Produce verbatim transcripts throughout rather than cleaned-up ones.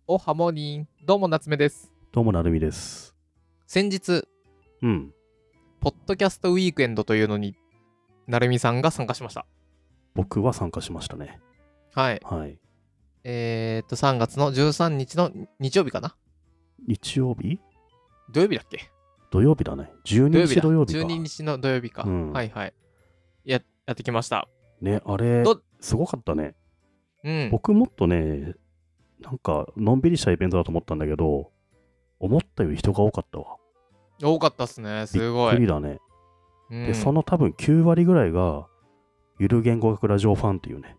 おはモーニー。どうも夏目です。 どうもなるみです。 先日、 うん。 ポッドキャストウィークエンドというのに、なるみさんが参加しました。 僕は参加しましたね。 はい。 はい。 えーっと、さんがつのじゅうさんにちの日曜日かな。 日曜日土曜日だっけ。 土曜日だね。じゅうににち土曜日か。 じゅうににちの土曜日か。うん、はいはい。や、やってきました。 ね、あれ、すごかったね。 うん。 僕もっとね、なんか、のんびりしたイベントだと思ったんだけど、思ったより人が多かったわ。 多かったっすね。すごい。 びっくりだね。 うん、 で、その多分きゅうわりぐらいが、ゆる言語学ラジオファンっていうね。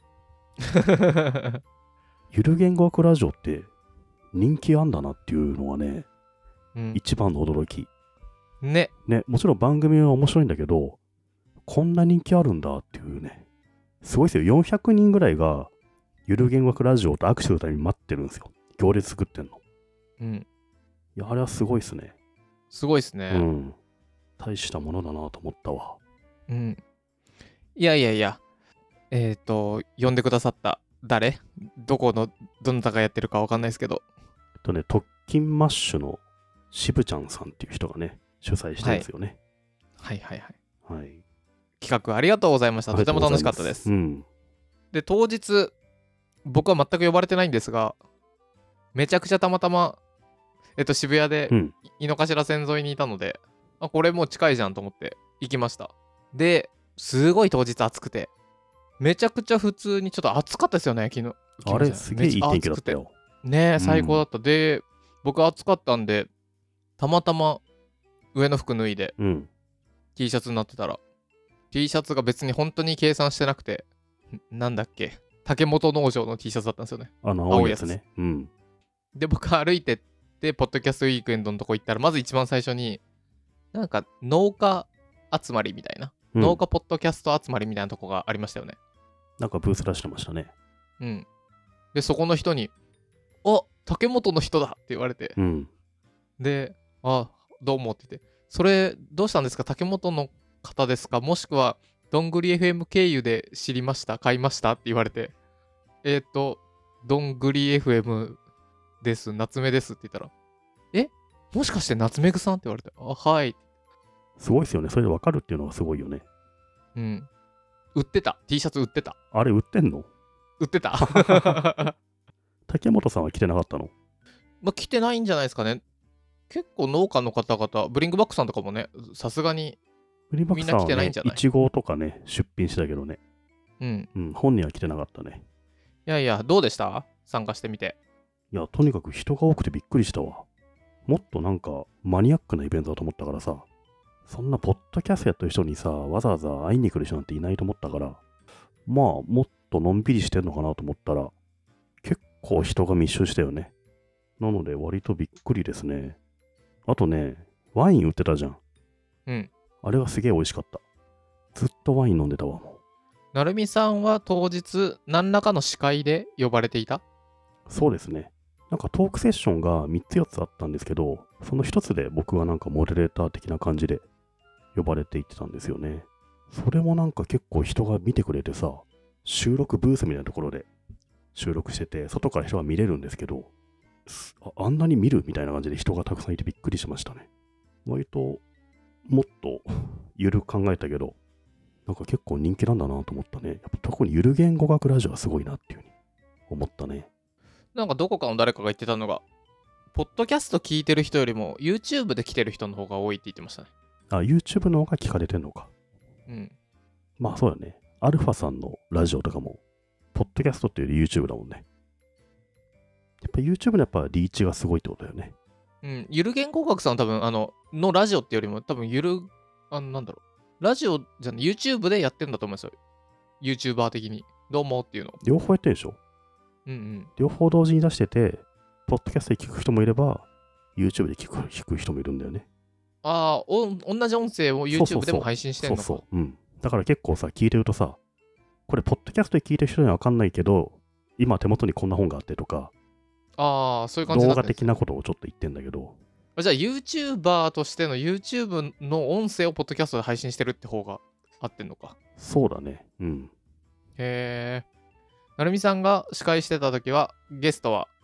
ゆる言語学ラジオって人気あんだなっていうのはね、うん、一番の驚き。 ね。 ね、もちろん番組は面白いんだけど、こんな人気あるんだっていうね。すごいですよ。よんひゃくにんぐらいが、ゆる言語学ラジオと握手するために待ってるんですよ。行列作ってんの。 うん。 いや、あれはすごいっすね。 すごいっすね。 うん。大したものだなと思ったわ。 うん。いやいやいや。えっ、ー、と、呼んでくださった誰どこの、どなたがやってるかわかんないですけど。 えっとね、特勤マッシュのしぶちゃんさんっていう人がね、主催してるんですよね。 はい、はい、はいはい。 はい。 企画ありがとうございました。とても楽しかったです。 うん。 で、当日、僕は全く呼ばれてないんですが、めちゃくちゃたまたま、えっと、渋谷で、うん、井の頭線沿いにいたので、あ、これもう近いじゃんと思って行きました。で、すごい当日暑くて、めちゃくちゃ普通にちょっと暑かったですよね、昨日。 あれ、すげえいい天気だったよ。 ねえ、最高だった。うん、で、僕暑かったんで、たまたま上の服脱いで、うん、T シャツになってたら、T シャツが別に本当に計算してなくて、なんだっけ、竹本農場の T シャツだったんですよね。 あの青いやつね。うん。 で、僕歩いてって、ポッドキャストウィークエンドのとこ行ったら、まず一番最初に、なんか農家集まりみたいな、うん、農家ポッドキャスト集まりみたいなとこがありましたよね。 なんかブース出してましたね。 うん。で、そこの人に、あ、竹本の人だって言われて、うん、で、あ、どうもって言って、それどうしたんですか、竹本の方ですか、もしくはどんぐり エフエム 経由で知りました、買いましたって言われて、えっ、ー、とどんぐり エフエム です、夏目ですって言ったら、え、もしかして夏目ぐさんって言われて、あ、はい。 すごいですよね。それで分かるっていうのがすごいよね。 うん。売ってた。T シャツ売ってた。 あれ売ってんの？ 売ってた。 竹本さんは着てなかったの？ まあ、着てないんじゃないですかね。結構農家の方々、ブリングバックさんとかもね、さすがにみんな着てないんじゃない？ いちごうとかね、出品したけどね。 うん。 うん、本人は着てなかったね。 いやいや、どうでした？参加してみて。 いや、とにかく人が多くてびっくりしたわ。もっとなんかマニアックなイベントだと思ったからさ、そんなポッドキャストやってる人にさ、わざわざ会いに来る人なんていないと思ったから、まあ、もっとのんびりしてんのかなと思ったら、結構人が密集したよね。なので割とびっくりですね。あとね、ワイン売ってたじゃん。 うん。 あれはすげえ美味しかった。ずっとワイン飲んでたわ、もう。なるみさんは当日、何らかの司会で呼ばれていた？ そうですね。なんかトークセッションがみっつよっつあったんですけど、そのひとつで僕はなんかモデレーター的な感じで呼ばれていってたんですよね。それもなんか結構人が見てくれてさ、収録ブースみたいなところで収録してて、外から人が見れるんですけど、あ, あんなに見るみたいな感じで人がたくさんいてびっくりしましたね。割ともっとゆるく考えたけど、なんか結構人気なんだなと思ったね。やっぱ特にゆる言語学ラジオはすごいなっていうふうに思ったね。 なんかどこかの誰かが言ってたのが、ポッドキャスト聞いてる人よりも YouTube で来てる人の方が多いって言ってましたね。 あ、YouTube の方が聞かれてんのか。 うん。 まあそうだね。アルファさんのラジオとかも、ポッドキャストっていうより YouTube だもんね。やっぱ YouTube のやっぱリーチがすごいってことだよね。 うん。ゆる言語学さんは多分、あの、のラジオってよりも多分ゆる、あの、なんだろう。ラジオじゃない、YouTube でやってんだと思うんですよ。YouTuber 的に。どうもっていうの。 両方やってるでしょ？ うんうん。 両方同時に出してて、ポッドキャストで聞く人もいれば、YouTube で聞く、聞く人もいるんだよね。 ああ、同じ音声を YouTube でも配信してんのか。 そうそうそう。うん。だから結構さ、聞いてるとさ、これ、ポッドキャストで聞いてる人には分かんないけど、今手元にこんな本があってとか、 ああ、そういう感じ動画的なことをちょっと言ってんだけど。 じゃあ YouTuber としての YouTube の音声をポッドキャストで配信してるって方が合ってんのか。 そうだね。うん。 へえ。なるみさんが司会してた時は、ゲストは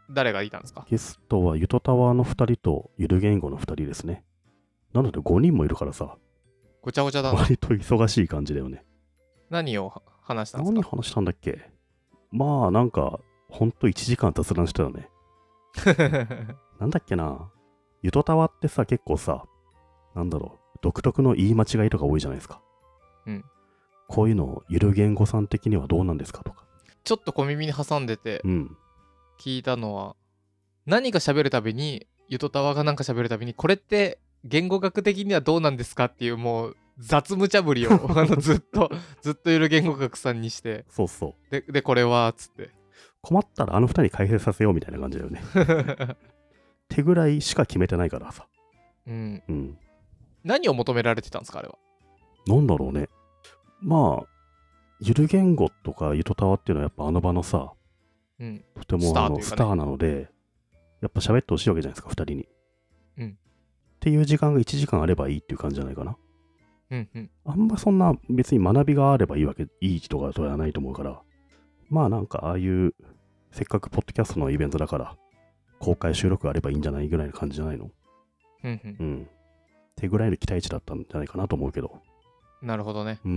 誰がいたんですか？ ゲストはゆとたわのふたりとゆる言語のふたりですね。なのでごにんもいるからさ、 ごちゃごちゃだな。 割と忙しい感じだよね。 何を話したんですか？ 何話したんだっけ。まあなんかほんといちじかん雑談したよね。なんだっけな、ゆとたわってさ、結構さ、なんだろう、独特の言い間違いとか多いじゃないですか。 うん。 こういうのをゆる言語さん的にはどうなんですかとか。 ちょっと小耳に挟んでてうん聞いたのは、何か喋るたびにゆとたわがなんか喋るたびに、これって言語学的にはどうなんですかっていう、もう雑無茶ぶりをあのずっとずっとゆる言語学さんにして、 そうそう。 ででこれはっつって困ったらあの二人に解説させようみたいな感じだよね。手ぐらいしか決めてないからさ。 うん、 うん。 何を求められてたんですかあれは。 なんだろうね。まあ、ゆる言語とかゆとたわっていうのはやっぱあの場のさ、 うん、 とてもあのスター、ね、スターなので、やっぱ喋ってほしいわけじゃないですか、二人に。 うん。 っていう時間がいちじかんあればいいっていう感じじゃないかな。 うんうん。 あんまそんな別に学びがあればいいわけ、いい人がとはないと思うから、まあなんかああいうせっかくポッドキャストのイベントだから公開収録があればいいんじゃないぐらいの感じじゃないの。 うんうん。 うん。ってぐらいの期待値だったんじゃないかなと思うけど。 なるほどね。 うん。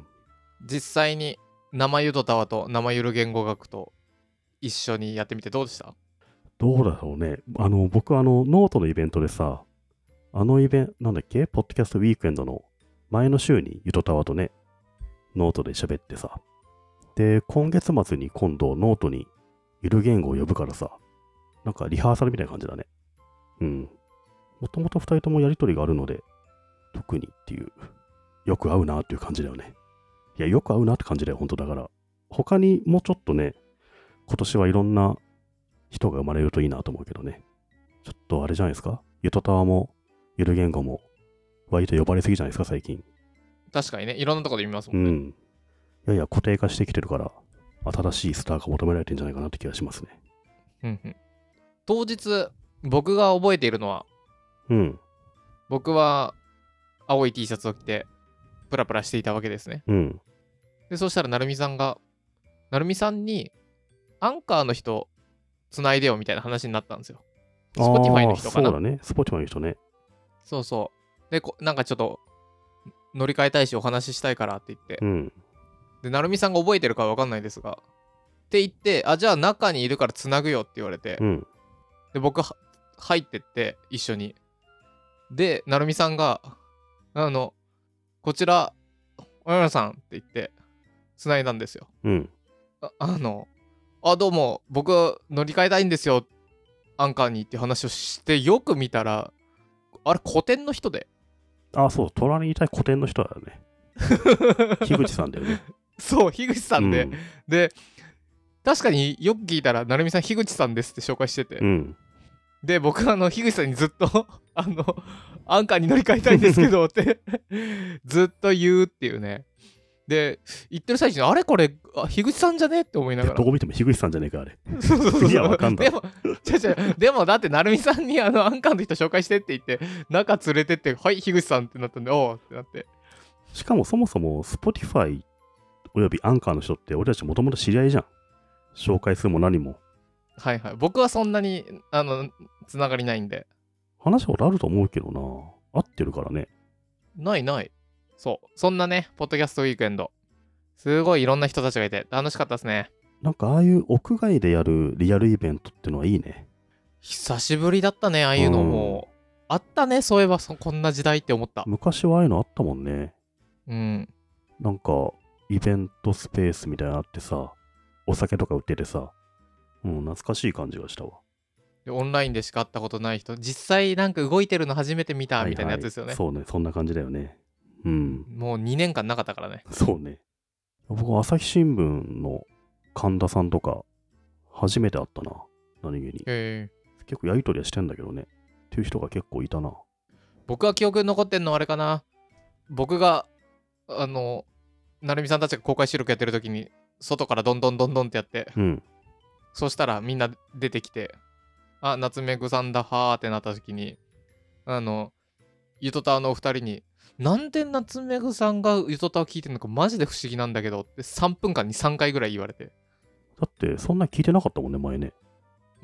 実際に生ゆとたわと生ゆる言語学と一緒にやってみてどうでした？ どうだろうね。あの僕あのノートのイベントでさ、あのイベントなんだっけ、ポッドキャストウィークエンドの前の週にゆとたわとね、ノートで喋ってさ、で今月末に今度ノートにゆる言語を呼ぶからさ、なんかリハーサルみたいな感じだね。うん。もともとふたりともやりとりがあるので、特にっていう、よく合うなっていう感じだよね。いや、よく合うなって感じだよ、本当だから。他にもうちょっとね、今年はいろんな人が生まれるといいなと思うけどね。ちょっとあれじゃないですか、ゆとたわもゆる言語も割と呼ばれすぎじゃないですか、最近。 確かにね、いろんなところで見ますもんね。うん。 いやいや、固定化してきてるから、新しいスターが求められてるんじゃないかなって気がしますね。 うんうん。当日、僕が覚えているのは、 うん。 僕は青い T シャツを着て、プラプラしていたわけですね。 うん。 で、そしたら、なるみさんが、なるみさんに、アンカーの人、つないでよみたいな話になったんですよ。Spotify の人かな。 そうだね、Spotify の人ね。 そうそう。で、なんかちょっと、乗り換えたいし、お話ししたいからって言って。 うん。 で、なるみさんが覚えてるかわかんないですが、って言って、あ、じゃあ中にいるからつなぐよって言われて、 うん、 で、僕は入ってって、一緒に。で、なるみさんが、あの、こちら、おやまさんって言って、つないだんですよ。 うん。 あ, あの、あ、どうも、僕乗り換えたいんですよ、アンカーにって話をして、よく見たら、あれ、古典の人で。 あ、そう、隣にいたい古典の人だよね。樋口さんだよね。 そう、樋口さんで、うん、で、確かによく聞いたら、なるみさん、樋口さんですって紹介してて、 うん、 で、僕はあの、樋口さんにずっと、あの、アンカーに乗り換えたいんですけどって、ずっと言うっていうね。で、言ってる最中に、あれこれ、あ、樋口さんじゃねって思いながら。 どこ見ても樋口さんじゃねえか、あれ。 そうそうそう。 いや、わかんない。 でも、ちゃちゃ、でもだって、なるみさんにあの、アンカーの人紹介してって言って、中連れてって、はい、樋口さんってなったんで、おうってなって。 しかもそもそも、Spotify およびアンカーの人って、俺たちもともと知り合いじゃん。紹介するも何も。 はいはい。僕はそんなに、あの、つながりないんで。 話したことあると思うけどな。合ってるからね。 ないない。そう。そんなね、ポッドキャストウィークエンド。すごいいろんな人たちがいて楽しかったですね。 なんかああいう屋外でやるリアルイベントってのはいいね。 久しぶりだったね、ああいうのも。うん、あったね、そういえばそこんな時代って思った。 昔はああいうのあったもんね。 うん。 なんかイベントスペースみたいなのあってさ、お酒とか売っててさ、うん、懐かしい感じがしたわ。 でオンラインでしか会ったことない人、実際なんか動いてるの初めて見たみたいなやつですよね。 はいはい、そうね、そんな感じだよね。うん。 もうにねんかんなかったからね。 そうね。僕、朝日新聞の神田さんとか、初めて会ったな。何気に。 へー結構やりとりはしてんだけどね。っていう人が結構いたな。 僕は記憶に残ってんのはあれかな。僕が、あの、なるみさんたちが公開収録やってる時に、外からどんどんどんどんってやって、 うん、 そしたらみんな出てきて、あ、夏目ぐさんだはーってなった時に、あの、ゆとたわのお二人に、なんで夏目ぐさんがゆとたわ聞いてるのかマジで不思議なんだけどってさんぷんかんにさんかいぐらい言われて。 だってそんな聞いてなかったもんね、前ね。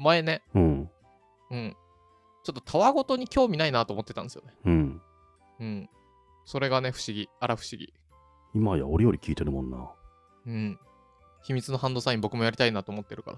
前ね、 うん。 うん。ちょっとたわごとに興味ないなと思ってたんですよね。 うん。 うん。それがね、不思議。あら不思議。 今や折々聞いてるもんな。 うん。秘密のハンドサイン僕もやりたいなと思ってるから。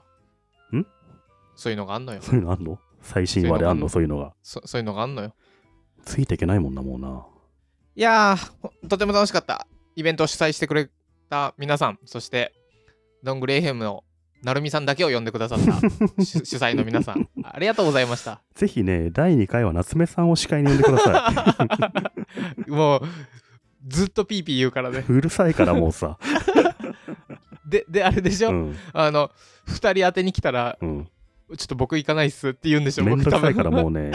ん？ そういうのがあんのよ。 そういうのあんの？最新話であんの？そういうのが。 そ、そういうのがあんのよ。 ついていけないもんな、もうな。 いやー、とても楽しかった。イベントを主催してくれた皆さん、そして、どんぐりエフエムのなるみさんだけを呼んでくださった主催の皆さん、ありがとうございました。 ぜひね、だいにかいは夏目さんを司会に呼んでください。もう、ずっとピーピー言うからね。 うるさいからもうさ。 で、で、あれでしょ、うん、あの、ふたり当てに来たら、うん、ちょっと僕行かないっすって言うんでしょ。 めんどくさいからもうね。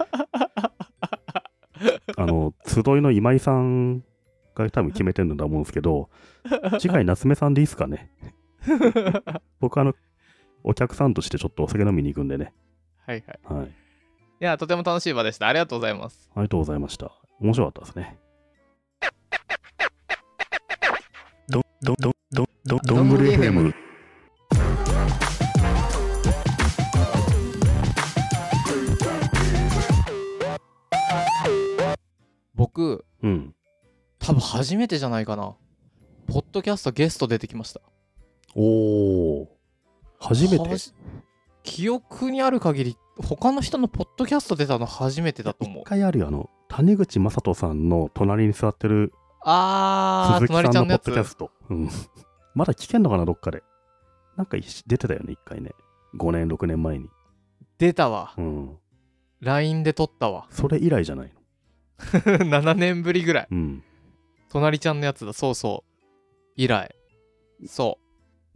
あの、集いの今井さんが多分決めてるんだと思うんですけど、次回夏目さんでいいっすかね。僕あの、お客さんとしてちょっとお酒飲みに行くんでね。 はいはい。 はい。いや、とても楽しい場でした。ありがとうございます。 ありがとうございました。面白かったですね。ど、ど、ど、ど、ど、どんぐり エフエム。 僕、 うん、 多分初めてじゃないかな。ポッドキャストゲスト出てきました。 おー、初めて？ 記憶にある限り、他の人のポッドキャスト出たの初めてだと思う。 一回あるよ、あの、谷口正人さんの隣に座ってる、 あー、 鈴木さんのポッドキャスト。うん、まだ聞けんのかな、どっかで。なんか出てたよね、一回ね。ごねん、ろくねんまえに。 出たわ。 うん。 ライン で撮ったわ。 それ以来じゃないの？ ななねんぶりぐらい。 うん。 隣ちゃんのやつだ。そうそう。以来。そう。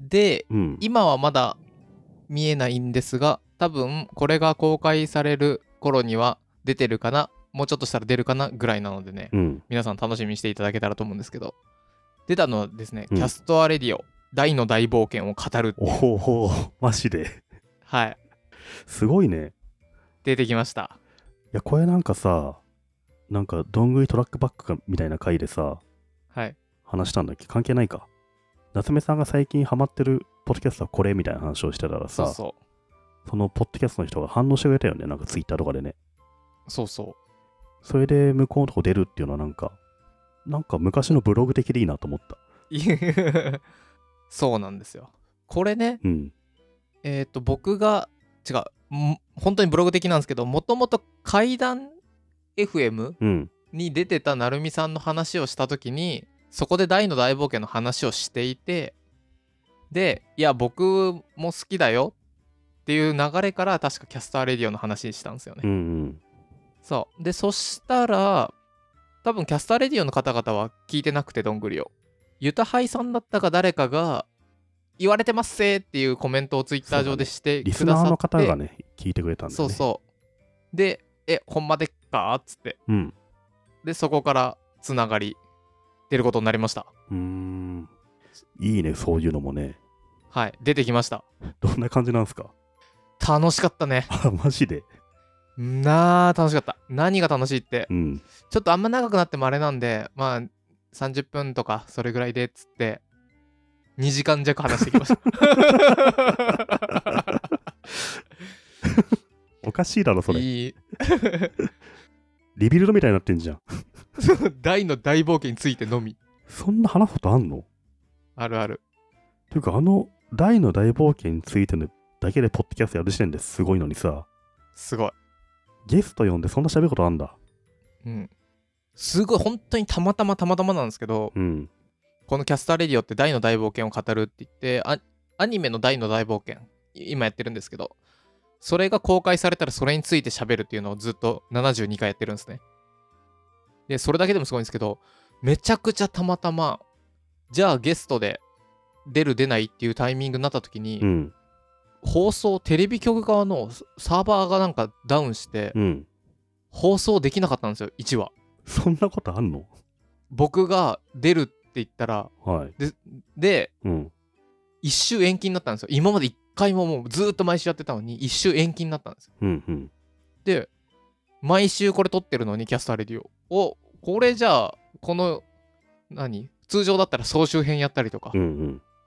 で、 うん、 今はまだ見えないんですが、多分これが公開される頃には出てるかな、もうちょっとしたら出るかなぐらいなのでね、 うん、 皆さん楽しみにしていただけたらと思うんですけど、出たのはですね、うん、キャストアレディオ大の大冒険を語るっていう。 おお、マジで。 はい。 すごいね。 出てきました。 いや、これなんかさ、なんかどんぐりトラックバックかみたいな回でさ、 はい。 話したんだっけ？関係ないか。夏目さんが最近ハマってるポッドキャストはこれみたいな話をしてたらさ、 そうそう。 そのポッドキャストの人が反応してくれたよね。なんかツイッターとかでね。 そうそう。 それで向こうのとこ出るっていうのはなんか、なんか昔のブログ的でいいなと思った。 そうなんですよ。これね、 うん、 えっと、僕が、違う、本当にブログ的なんですけど、もともと怪談 エフエム に出てたなるみさんの話をしたときに、そこで大の大冒険の話をしていて、で、いや、僕も好きだよっていう流れから確かキャスターレディオの話したんですよね。 うんうん、 そう。で、そしたら、多分キャスターレディオの方々は聞いてなくて、どんぐりを。ユタハイさんだったか誰かが、言われてますせーっていうコメントをツイッター上でしてくださって、 リスナーの方がね、聞いてくれたんだよね。 そうそう。で、え、ほんまでっかっつって。 うん。 で、そこからつながり、出ることになりました。 うーん。いいね、そういうのもね。 はい、出てきました。 どんな感じなんすか？ 楽しかったね。 あ、マジで？ なあ、楽しかった。何が楽しいって、 うん、 ちょっとあんま長くなってもあれなんで、まあ、さんじゅっぷんとか、それぐらいでっつって、にじかん弱話してきました。 おかしいだろ、それ。 いいリビルドみたいになってんじゃん。 大の大冒険についてのみ。 そんな話すことあんの？ あるある。 ていうか、あの大の大冒険についてのだけでポッドキャストやる時点ですごいのにさ。 すごい。 ゲスト呼んでそんな喋ることあんだ。 うん。すごい、本当にたまたまたまたまなんですけど、 うん、 このキャスターレディオって大の大冒険を語るって言って、あアニメの大の大冒険、今やってるんですけど、それが公開されたらそれについて喋るっていうのをずっとななじゅうにかいやってるんですね。で、それだけでもすごいんですけど、めちゃくちゃたまたま、じゃあゲストで出る出ないっていうタイミングになった時に、 うん、 放送、テレビ局側のサーバーがなんかダウンして、 うん、 放送できなかったんですよ、いちわ。 そんなことあんの？ 僕が出るって言ったら、 はい、 で、でうん、 いっ週延期になったんですよ。今までいっかいももうずっと毎週やってたのに、いっ週延期になったんですよ。 うんうん、 で、毎週これ撮ってるのに、キャスターレディオ。お、これじゃあ、この、何通常だったら総集編やったりとか、 うんうん、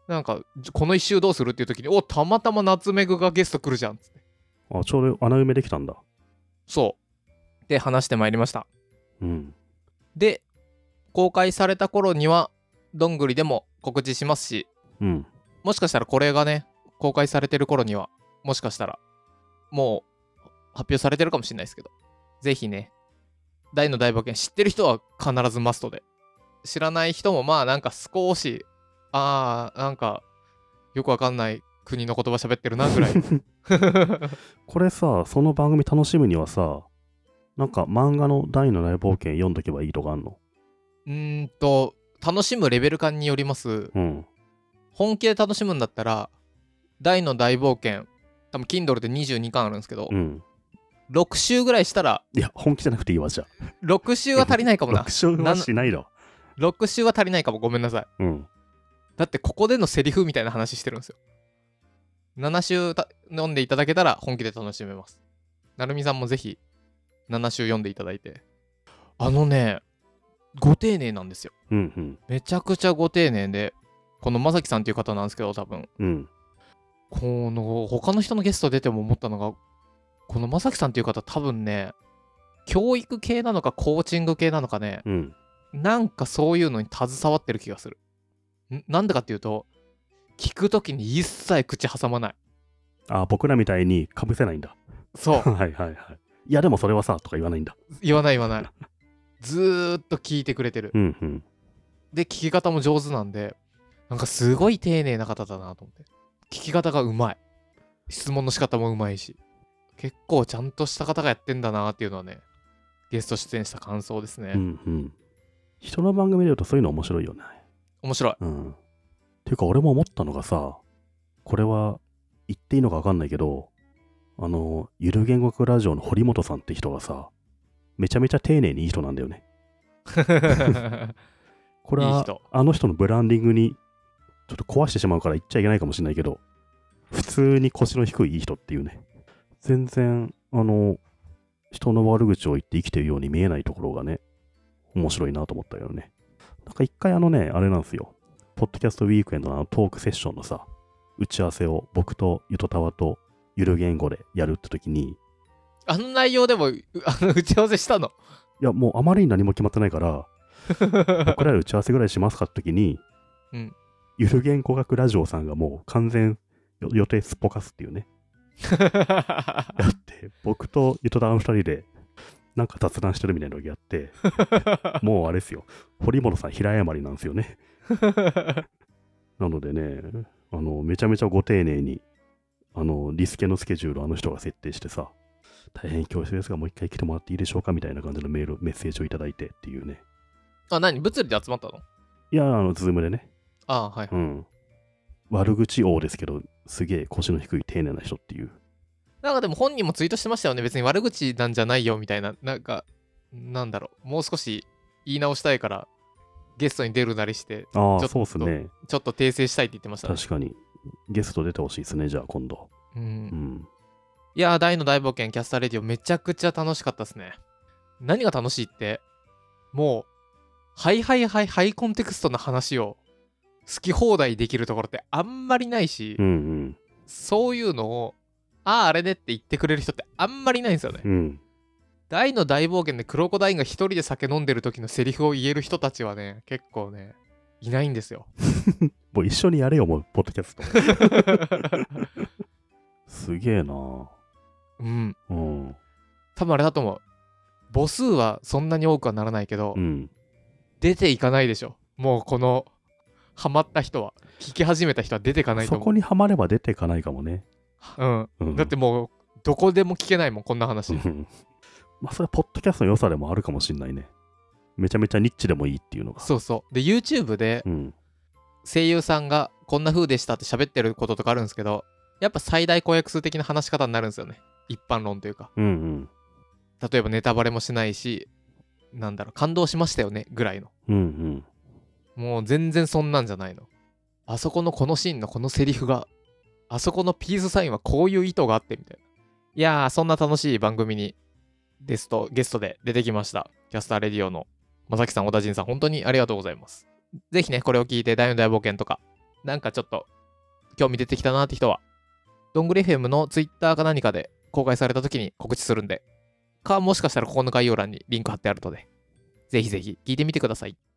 なんかこの一周どうするっていう時に、おたまたま夏目ぐがゲスト来るじゃんっつって、 あ、ちょうど穴埋めできたんだ。 そうで話してまいりました。 うん。 で公開された頃にはどんぐりでも告知しますし、 うん、 もしかしたらこれがね公開されてる頃にはもしかしたらもう発表されてるかもしれないですけど、ぜひね大の大冒険知ってる人は必ずマストで、知らない人もまあなんか少しあーなんかよくわかんない国の言葉喋ってるなぐらいこれさ、その番組楽しむにはさ、なんか漫画の大の大冒険読んどけばいいとかあんの？ うーんと楽しむレベル感によります、 うん、 本気で楽しむんだったら大の大冒険多分 Kindle でにじゅうにかんあるんですけど、 うん、 ろく週ぐらいしたら、 いや本気じゃなくていいわ。じゃあろく週は足りないかもなろく週はしないだわ。 ろく週は足りないかも、ごめんなさい。 うん、 だってここでのセリフみたいな話してるんですよ。なな週た読んでいただけたら本気で楽しめます。なるみさんもぜひなな週読んでいただいて、あのねご丁寧なんですよ、 うんうん、 めちゃくちゃご丁寧で、このまさきさんっていう方なんですけど、多分、 うん、 この他の人のゲスト出ても思ったのが、このまさきさんっていう方多分ね教育系なのかコーチング系なのかね、 うん、 なんかそういうのに携わってる気がする。んなんでかっていうと、聞くときに一切口挟まない。 あ、僕らみたいにかぶせないんだ。 そうはいはいはい。いやでもそれはさとか言わないんだ。 言わない言わないずーっと聞いてくれてる、 うんうん、 で聞き方も上手なんで、なんかすごい丁寧な方だなと思って、聞き方がうまい、質問の仕方もうまいし、結構ちゃんとした方がやってんだなっていうのはね、ゲスト出演した感想ですね。 うんうん。人の番組で言うとそういうの面白いよね。 面白い。 うん。っていうか俺も思ったのがさ、これは言っていいのか分かんないけど、あの、ゆる言語学ラジオの堀本さんって人がさ、めちゃめちゃ丁寧にいい人なんだよね。これはいい人、 あの人のブランディングにちょっと壊してしまうから言っちゃいけないかもしれないけど、普通に腰の低いいい人っていうね。全然、あの、人の悪口を言って生きてるように見えないところがね、面白いなと思ったけどね。なんか一回あのね、あれなんですよ。ポッドキャストウィークエンドのあのトークセッションのさ、打ち合わせを僕とゆとたわとゆる言語でやるって時に、 あの内容でもあの打ち合わせしたの？ いやもうあまりに何も決まってないから僕らで打ち合わせぐらいしますかって時に、うん、ゆる言語学ラジオさんがもう完全予定すっぽかすっていうねだって僕とゆとたわのふたりでなんか雑談してるみたいなのをやってもうあれですよ、堀本さん平謝りなんですよねなのでね、あのめちゃめちゃご丁寧にあのリスケのスケジュールをあの人が設定してさ、大変恐縮ですがもう一回来てもらっていいでしょうかみたいな感じのメールメッセージをいただいてっていうね。 あ、何物理で集まったの？ いや、あのズームでね。 あ、はい、 うん。悪口王ですけどすげえ腰の低い丁寧な人っていう。 なんかでも本人もツイートしてましたよね、別に悪口なんじゃないよみたいな、なんかなんだろう、もう少し言い直したいからゲストに出るなりして、 ああそうっすね、 ちょっと訂正したいって言ってましたね。 確かにゲスト出てほしいですね、じゃあ今度。 うん、うん、 いやー、大の大冒険キャスターレディオめちゃくちゃ楽しかったですね。何が楽しいって、もうハイハイハイハイコンテクストの話を好き放題できるところってあんまりないし、 うんうん、 そういうのをあああれでって言ってくれる人ってあんまりいないんですよね。 うん、 大の大冒険でクロコダインが一人で酒飲んでる時のセリフを言える人たちはね、結構ねいないんですよもう一緒にやれよ、もうポッドキャストすげえな。 うん、 うん、 多分あれだと思う、母数はそんなに多くはならないけど、 うん、 出ていかないでしょ、もうこのハマった人は、聞き始めた人は出ていかないと思う。 そこにはまれば出ていかないかもね。 うん、うん、だってもうどこでも聞けないもんこんな話まあそれはポッドキャストの良さでもあるかもしんないね。めちゃめちゃニッチでもいいっていうのが。 そうそう。で YouTube で声優さんがこんな風でしたって喋ってることとかあるんですけど、やっぱ最大公約数的な話し方になるんですよね、一般論というか、 うんうん、 例えばネタバレもしないし、なんだろう、感動しましたよねぐらいの、 うんうん、 もう全然そんなんじゃないの。あそこのこのシーンのこのセリフが、あそこのピースサインはこういう意図があってみたいな。いやー、そんな楽しい番組にですとゲストで出てきましたキャスターレディオのまさきさん、小田陣さん、本当にありがとうございます。ぜひね、これを聞いて大の大冒険とかなんかちょっと興味出てきたなって人は、どんぐり エフエム の Twitter か何かで公開された時に告知するんで、か、もしかしたらここの概要欄にリンク貼ってあるので、ぜひぜひ聞いてみてください。